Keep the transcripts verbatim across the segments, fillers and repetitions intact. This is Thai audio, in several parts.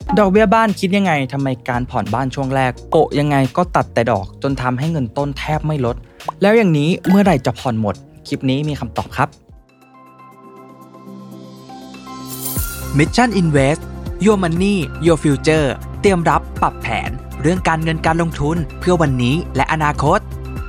ดอกเบี้ยบ้านคิดยังไงทำไมการผ่อนบ้านช่วงแรกโปะยังไงก็ตัดแต่ดอกจนทำให้เงินต้นแทบไม่ลดแล้วอย่างนี้เมื่อไหร่จะผ่อนหมดคลิปนี้มีคำตอบครับ Mission Invest Your Money Your Future เตรียมรับปรับแผนเรื่องการเงินการลงทุนเพื่อวันนี้และอนาคต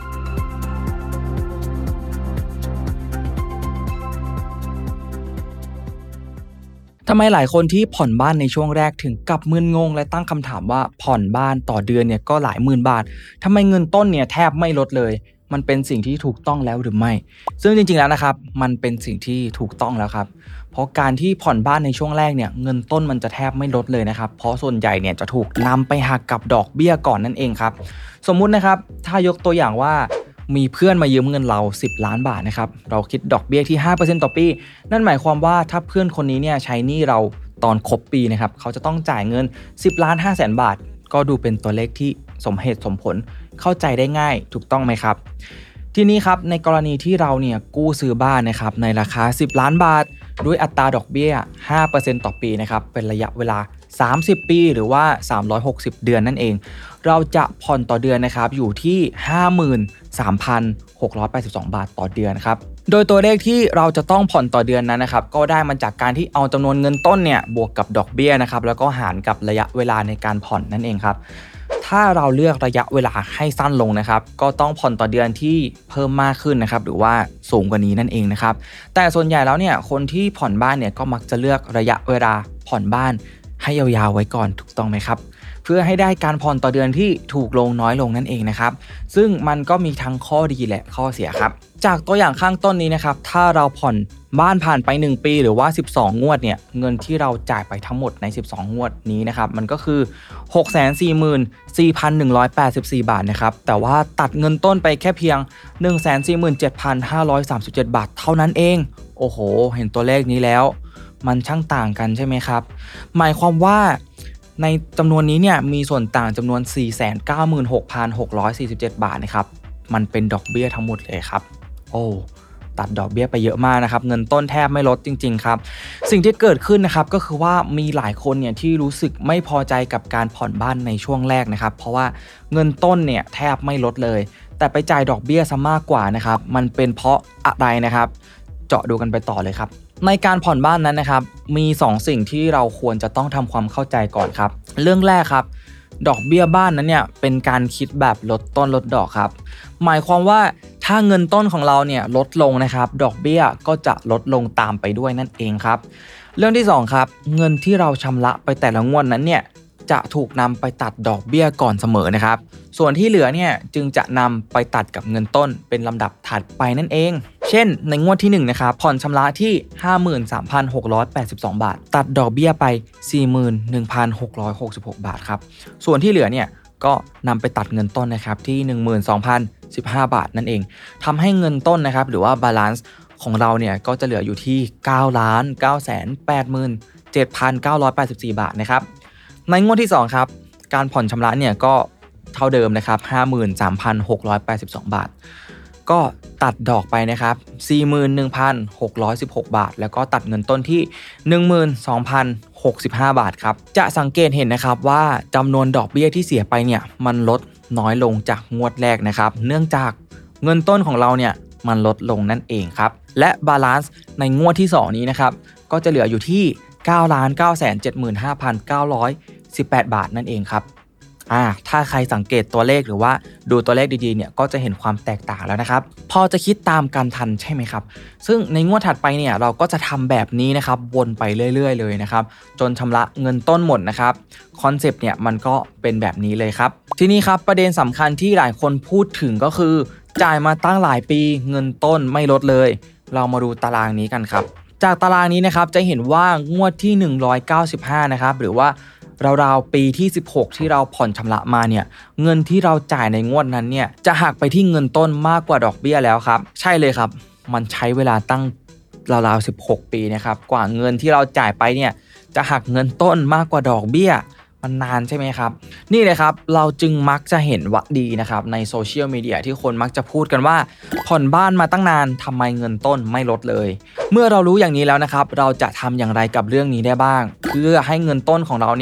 ทำไมหลายคนที่ผ่อนบ้านในช่วงแรกถึงกับมึนงงและตั้งคำถามว่าผ่อนบ้านต่อเดือนเนี่ยก็หลายหมื่นบาททำไมเงินต้นเนี่ยแทบไม่ลดเลยมันเป็นสิ่งที่ถูกต้องแล้วหรือไม่ซึ่งจริงๆแล้วนะครับมันเป็นสิ่งที่ถูกต้องแล้วครับเพราะการที่ผ่อนบ้านในช่วงแรกเนี่ยเงินต้นมันจะแทบไม่ลดเลยนะครับเพราะส่วนใหญ่เนี่ยจะถูกนำไปหักกับดอกเบี้ยก่อนนั่นเองครับสมมุตินะครับถ้ายกตัวอย่างว่ามีเพื่อนมายืมเงินเราสิบล้านบาทนะครับเราคิดดอกเบี้ยที่ ห้าเปอร์เซ็นต์ ต่อปีนั่นหมายความว่าถ้าเพื่อนคนนี้เนี่ยใช้หนี้เราตอนครบปีนะครับเขาจะต้องจ่ายเงินสิบล้านห้าแสนบาทก็ดูเป็นตัวเลขที่สมเหตุสมผลเข้าใจได้ง่ายถูกต้องไหมครับทีนี้ครับในกรณีที่เราเนี่ยกู้ซื้อบ้านนะครับในราคาสิบล้านบาทด้วยอัตราดอกเบี้ย ห้าเปอร์เซ็นต์ ต่อปีนะครับเป็นระยะเวลาสามสิบปีหรือว่าสามร้อยหกสิบเดือนนั่นเองเราจะผ่อนต่อเดือนนะครับอยู่ที่ ห้าหมื่นสามพันหกร้อยแปดสิบสอง บาทต่อเดือนครับโดยตัวเลขที่เราจะต้องผ่อนต่อเดือนนั้นนะครับก็ได้มาจากการที่เอาจำนวนเงินต้นเนี่ยบวกกับดอกเบี้ยนะครับแล้วก็หารกับระยะเวลาในการผ่อนนั่นเองครับถ้าเราเลือกระยะเวลาให้สั้นลงนะครับก็ต้องผ่อนต่อเดือนที่เพิ่มมากขึ้นนะครับหรือว่าสูงกว่านี้นั่นเองนะครับแต่ส่วนใหญ่แล้วเนี่ยคนที่ผ่อนบ้านเนี่ยก็มักจะเลือกระยะเวลาผ่อนบ้านให้ยาวๆไว้ก่อนถูกต้องไหมครับเพื่อให้ได้การผ่อนต่อเดือนที่ถูกลงน้อยลงนั่นเองนะครับซึ่งมันก็มีทั้งข้อดีและข้อเสียครับจากตัวอย่างข้างต้นนี้นะครับถ้าเราผ่อนบ้านผ่านไปหนึ่งปีหรือว่าสิบสองงวดเนี่ยเงินที่เราจ่ายไปทั้งหมดในสิบสองงวดนี้นะครับมันก็คือ หกแสนสี่หมื่นสี่พันหนึ่งร้อยแปดสิบสี่ บาทนะครับแต่ว่าตัดเงินต้นไปแค่เพียง หนึ่งแสนสี่หมื่นเจ็ดพันห้าร้อยสามสิบเจ็ด บาทเท่านั้นเองโอ้โหเห็นตัวเลขนี้แล้วมันช่างต่างกันใช่ไหมครับหมายความว่าในจำนวนนี้เนี่ยมีส่วนต่างจำนวน สี่แสนเก้าหมื่นหกพันหกร้อยสี่สิบเจ็ด บาทนะครับมันเป็นดอกเบี้ยทั้งหมดเลยครับโอ้ตัดดอกเบี้ยไปเยอะมากนะครับเงินต้นแทบไม่ลดจริงๆครับสิ่งที่เกิดขึ้นนะครับก็คือว่ามีหลายคนเนี่ยที่รู้สึกไม่พอใจกับการผ่อนบ้านในช่วงแรกนะครับเพราะว่าเงินต้นเนี่ยแทบไม่ลดเลยแต่ไปจ่ายดอกเบี้ยซะมากกว่านะครับมันเป็นเพราะอะไรนะครับเจาะดูกันไปต่อเลยครับในการผ่อนบ้านนั้นนะครับมีสองสิ่งที่เราควรจะต้องทำความเข้าใจก่อนครับเรื่องแรกครับดอกเบี้ยบ้านนั้นเนี่ยเป็นการคิดแบบลดต้นลดดอกครับหมายความว่าถ้าเงินต้นของเราเนี่ยลดลงนะครับดอกเบี้ยก็จะลดลงตามไปด้วยนั่นเองครับเรื่องที่สองครับเงินที่เราชำระไปแต่ละงวดนั้นเนี่ยจะถูกนำไปตัดดอกเบี้ยก่อนเสมอนะครับส่วนที่เหลือเนี่ยจึงจะนำไปตัดกับเงินต้นเป็นลำดับถัดไปนั่นเองเช่นในงวดที่หนึ่งนะครับผ่อนชำระที่ ห้าหมื่นสามพันหกร้อยแปดสิบสอง บาทตัดดอกเบี้ยไป สี่หมื่นหนึ่งพันหกร้อยหกสิบหก บาทครับส่วนที่เหลือเนี่ยก็นำไปตัดเงินต้นนะครับที่ หนึ่งหมื่นสองพันสิบห้า บาทนั่นเองทำให้เงินต้นนะครับหรือว่าบาลานซ์ของเราเนี่ยก็จะเหลืออยู่ที่ เก้าล้านเก้าแสนแปดหมื่นเจ็ดพันเก้าร้อยแปดสิบสี่ บาทนะครับในงวดที่สองครับการผ่อนชำระเนี่ยก็เท่าเดิมนะครับ ห้าหมื่นสามพันหกร้อยแปดสิบสอง บาทก็ตัดดอกไปนะครับ สี่หมื่นหนึ่งพันหกร้อยสิบหก บาทแล้วก็ตัดเงินต้นที่ หนึ่งหมื่นสองพันหกสิบห้า บาทครับจะสังเกตเห็นนะครับว่าจำนวนดอกเบี้ยที่เสียไปเนี่ยมันลดน้อยลงจากงวดแรกนะครับเนื่องจากเงินต้นของเราเนี่ยมันลดลงนั่นเองครับและบาลานซ์ในงวดที่สองนี้นะครับก็จะเหลืออยู่ที่ เก้าล้านเก้าแสนเจ็ดหมื่นห้าพันเก้าร้อยสิบแปด บาทนั่นเองครับอ่าถ้าใครสังเกตตัวเลขหรือว่าดูตัวเลขดีๆเนี่ยก็จะเห็นความแตกต่างแล้วนะครับพอจะคิดตามกันทันใช่ไหมครับซึ่งในงวดถัดไปเนี่ยเราก็จะทำแบบนี้นะครับวนไปเรื่อยๆเลยนะครับจนชำระเงินต้นหมดนะครับคอนเซปต์เนี่ยมันก็เป็นแบบนี้เลยครับทีนี้ครับประเด็นสำคัญที่หลายคนพูดถึงก็คือจ่ายมาตั้งหลายปีเงินต้นไม่ลดเลยเรามาดูตารางนี้กันครับจากตารางนี้นะครับจะเห็นว่างวดที่หนึ่งร้อยเก้าสิบห้านะครับหรือว่าราวๆปีที่สิบหกที่เราผ่อนชำระมาเนี่ยเงินที่เราจ่ายในงวดนั้นเนี่ยจะหักไปที่เงินต้นมากกว่าดอกเบี้ยแล้วครับใช่เลยครับมันใช้เวลาตั้งราวๆสิบหกปีนะครับกว่าเงินที่เราจ่ายไปเนี่ยจะหักเงินต้นมากกว่าดอกเบี้ยมันนานใช่ไหมครับนี่เลยครับเราจึงมักจะเห็นวลีนะครับในโซเชียลมีเดียที่คนมักจะพูดกันว่าผ่อนบ้านมาตั้งนานทำไมเงินต้นไม่ลดเลยเมื่อเรารู้อย่างนี้แล้วนะครับเราจะทำอย่างไรกับเรื่องนี้ได้บ้างเพื่อให้เงินต้นของเราเนี่ย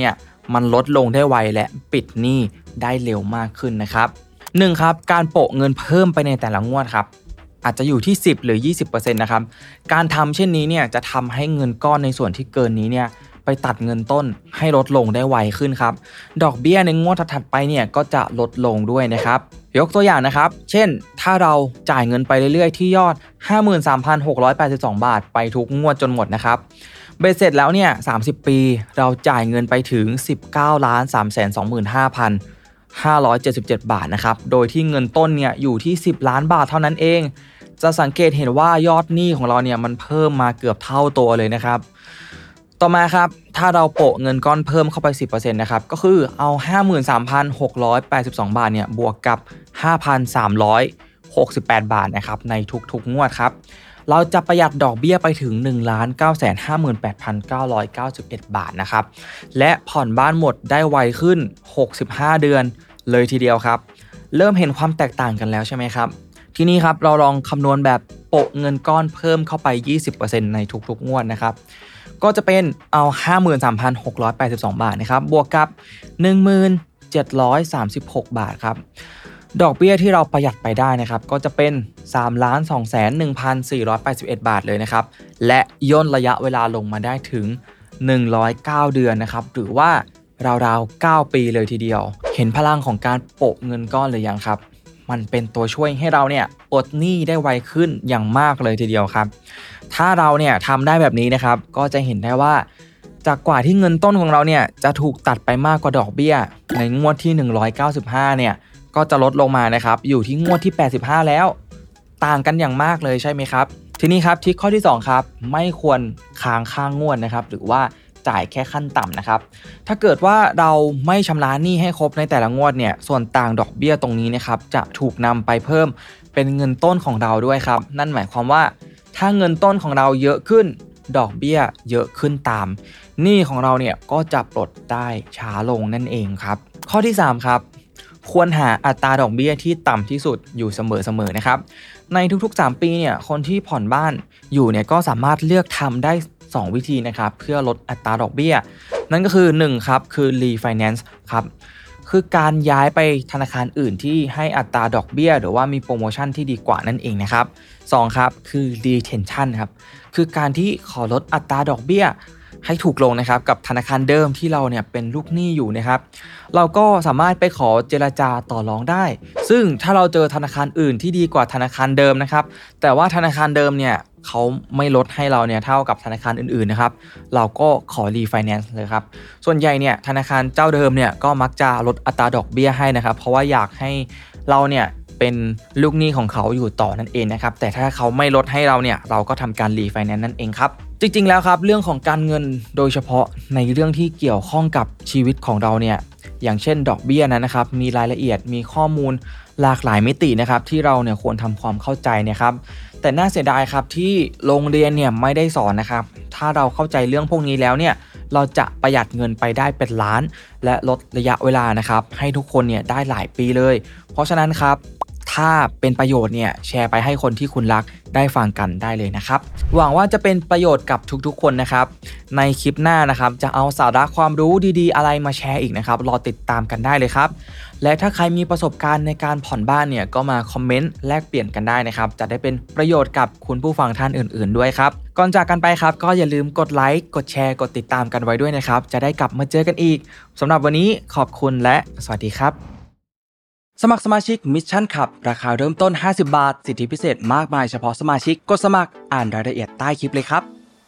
มันลดลงได้ไวและปิดหนี้ได้เร็วมากขึ้นนะครับหนึ่งครับการโปะเงินเพิ่มไปในแต่ละงวดครับอาจจะอยู่ที่สิบหรือ ยี่สิบเปอร์เซ็นต์ นะครับการทำเช่นนี้เนี่ยจะทำให้เงินก้อนในส่วนที่เกินนี้เนี่ยไปตัดเงินต้นให้ลดลงได้ไวขึ้นครับดอกเบี้ยในงวดถัดไปเนี่ยก็จะลดลงด้วยนะครับยกตัวอย่างนะครับเช่นถ้าเราจ่ายเงินไปเรื่อยๆที่ยอด ห้าหมื่นสามพันหกร้อยแปดสิบสอง บาทไปทุกงวดจนหมดนะครับเบ็ดเสร็จแล้วเนี่ยสามสิบปีเราจ่ายเงินไปถึง สิบเก้าล้านสามแสนสองหมื่นห้าพันห้าร้อยเจ็ดสิบเจ็ด บาทนะครับโดยที่เงินต้นเนี่ยอยู่ที่สิบล้านบาทเท่านั้นเองจะสังเกตเห็นว่ายอดหนี้ของเราเนี่ยมันเพิ่มมาเกือบเท่าตัวเลยนะครับต่อมาครับถ้าเราโปะเงินก้อนเพิ่มเข้าไป สิบเปอร์เซ็นต์ นะครับก็คือเอา ห้าหมื่นสามพันหกร้อยแปดสิบสอง บาทเนี่ยบวกกับ ห้าพันสามร้อยหกสิบแปด บาทนะครับในทุกๆงวดครับเราจะประหยัดดอกเบี้ยไปถึง หนึ่งล้านเก้าแสนห้าหมื่นแปดพันเก้าร้อยเก้าสิบเอ็ด บาทนะครับและผ่อนบ้านหมดได้ไวขึ้นหกสิบห้าเดือนเลยทีเดียวครับเริ่มเห็นความแตกต่างกันแล้วใช่ไหมครับทีนี้ครับเราลองคำนวณแบบโปะเงินก้อนเพิ่มเข้าไป ยี่สิบเปอร์เซ็นต์ ในทุกๆงวดนะครับก็จะเป็นเอา ห้าหมื่นสามพันหกร้อยแปดสิบสอง บาทนะครับบวกกับ หนึ่งหมื่นเจ็ดร้อยสามสิบหก บาทครับดอกเบี้ยที่เราประหยัดไปได้นะครับก็จะเป็น สามล้านสองแสนหนึ่งพันสี่ร้อยแปดสิบเอ็ด บาทเลยนะครับและย่นระยะเวลาลงมาได้ถึงหนึ่งร้อยเก้าเดือนนะครับหรือว่าราวๆเก้าปีเลยทีเดียวเห็นพลังของการโปะเงินก้อนหรือยังครับมันเป็นตัวช่วยให้เราเนี่ยปลดหนี้ได้ไวขึ้นอย่างมากเลยทีเดียวครับถ้าเราเนี่ยทำได้แบบนี้นะครับก็จะเห็นได้ว่าจากกว่าที่เงินต้นของเราเนี่ยจะถูกตัดไปมากกว่าดอกเบี้ยในงวดที่หนึ่งร้อยเก้าสิบห้าเนี่ยก็จะลดลงมานะครับอยู่ที่งวดที่แปดสิบห้าแล้วต่างกันอย่างมากเลยใช่ไหมครับทีนี้ครับทริคข้อที่สองครับไม่ควรค้างค่างวดนะครับหรือว่าจ่ายแค่ขั้นต่ำนะครับถ้าเกิดว่าเราไม่ชำระหนี้ให้ครบในแต่ละงวดเนี่ยส่วนต่างดอกเบี้ยตรงนี้นะครับจะถูกนำไปเพิ่มเป็นเงินต้นของเราด้วยครับนั่นหมายความว่าถ้าเงินต้นของเราเยอะขึ้นดอกเบี้ยเยอะขึ้นตามหนี้ของเราเนี่ยก็จะปลดได้ช้าลงนั่นเองครับข้อที่สามครับควรหาอัตราดอกเบี้ยที่ต่ำที่สุดอยู่เสมอๆนะครับในทุกๆสามปีเนี่ยคนที่ผ่อนบ้านอยู่เนี่ยก็สามารถเลือกทำได้สองวิธีนะครับเพื่อลดอัตราดอกเบี้ยนั่นก็คือหนึ่งครับคือ refinance ครับคือการย้ายไปธนาคารอื่นที่ให้อัตราดอกเบี้ยหรือว่ามีโปรโมชั่นที่ดีกว่านั่นเองนะครับสองครับคือ retention ครับคือการที่ขอลดอัตราดอกเบี้ยให้ถูกลงนะครับกับธนาคารเดิมที่เราเนี่ยเป็นลูกหนี้อยู่นะครับเราก็สามารถไปขอเจรจาต่อรองได้ซึ่งถ้าเราเจอธนาคารอื่นที่ดีกว่าธนาคารเดิมนะครับแต่ว่าธนาคารเดิมเนี่ยเขาไม่ลดให้เราเนี่ยเท่ากับธนาคารอื่นๆนะครับเราก็ขอรีไฟแนนซ์เลยครับส่วนใหญ่เนี่ยธนาคารเจ้าเดิมเนี่ยก็มักจะลดอัตราดอกเบี้ยให้นะครับเพราะว่าอยากให้เราเนี่ยเป็นลูกหนี้ของเขาอยู่ต่อนั่นเองนะครับแต่ถ้าเขาไม่ลดให้เราเนี่ยเราก็ทำการรีไฟแนนซ์นั่นเองครับจริงๆแล้วครับเรื่องของการเงินโดยเฉพาะในเรื่องที่เกี่ยวข้องกับชีวิตของเราเนี่ยอย่างเช่นดอกเบี้ยนั้นนะครับมีรายละเอียดมีข้อมูลหลากหลายมิตินะครับที่เราเนี่ยควรทำความเข้าใจนะครับแต่น่าเสียดายครับที่โรงเรียนเนี่ยไม่ได้สอนนะครับถ้าเราเข้าใจเรื่องพวกนี้แล้วเนี่ยเราจะประหยัดเงินไปได้เป็นล้านและลดระยะเวลานะครับให้ทุกคนเนี่ยได้หลายปีเลยเพราะฉะนั้นครับถ้าเป็นประโยชน์เนี่ยแชร์ไปให้คนที่คุณรักได้ฟังกันได้เลยนะครับหวังว่าจะเป็นประโยชน์กับทุกๆคนนะครับในคลิปหน้านะครับจะเอาสาระความรู้ดีๆอะไรมาแชร์อีกนะครับรอติดตามกันได้เลยครับและถ้าใครมีประสบการณ์ในการผ่อนบ้านเนี่ยก็มาคอมเมนต์แลกเปลี่ยนกันได้นะครับจะได้เป็นประโยชน์กับคุณผู้ฟังท่านอื่นๆด้วยครับก่อนจากกันไปครับก็อย่าลืมกดไลค์กดแชร์กดติดตามกันไว้ด้วยนะครับจะได้กลับมาเจอกันอีกสำหรับวันนี้ขอบคุณและสวัสดีครับสมัครสมาชิก Mission Club ราคาเริ่มต้นห้าสิบบาทสิทธิพิเศษมากมายเฉพาะสมาชิกกดสมัครอ่านรายละเอียดใต้คลิปเลยครับ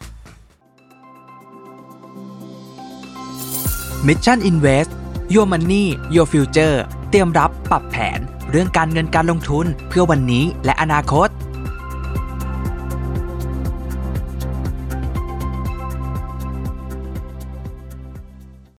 Mission Invest Your Money Your Future เตรียมรับปรับแผนเรื่องการเงินการลงทุนเพื่อวันนี้และอนาคต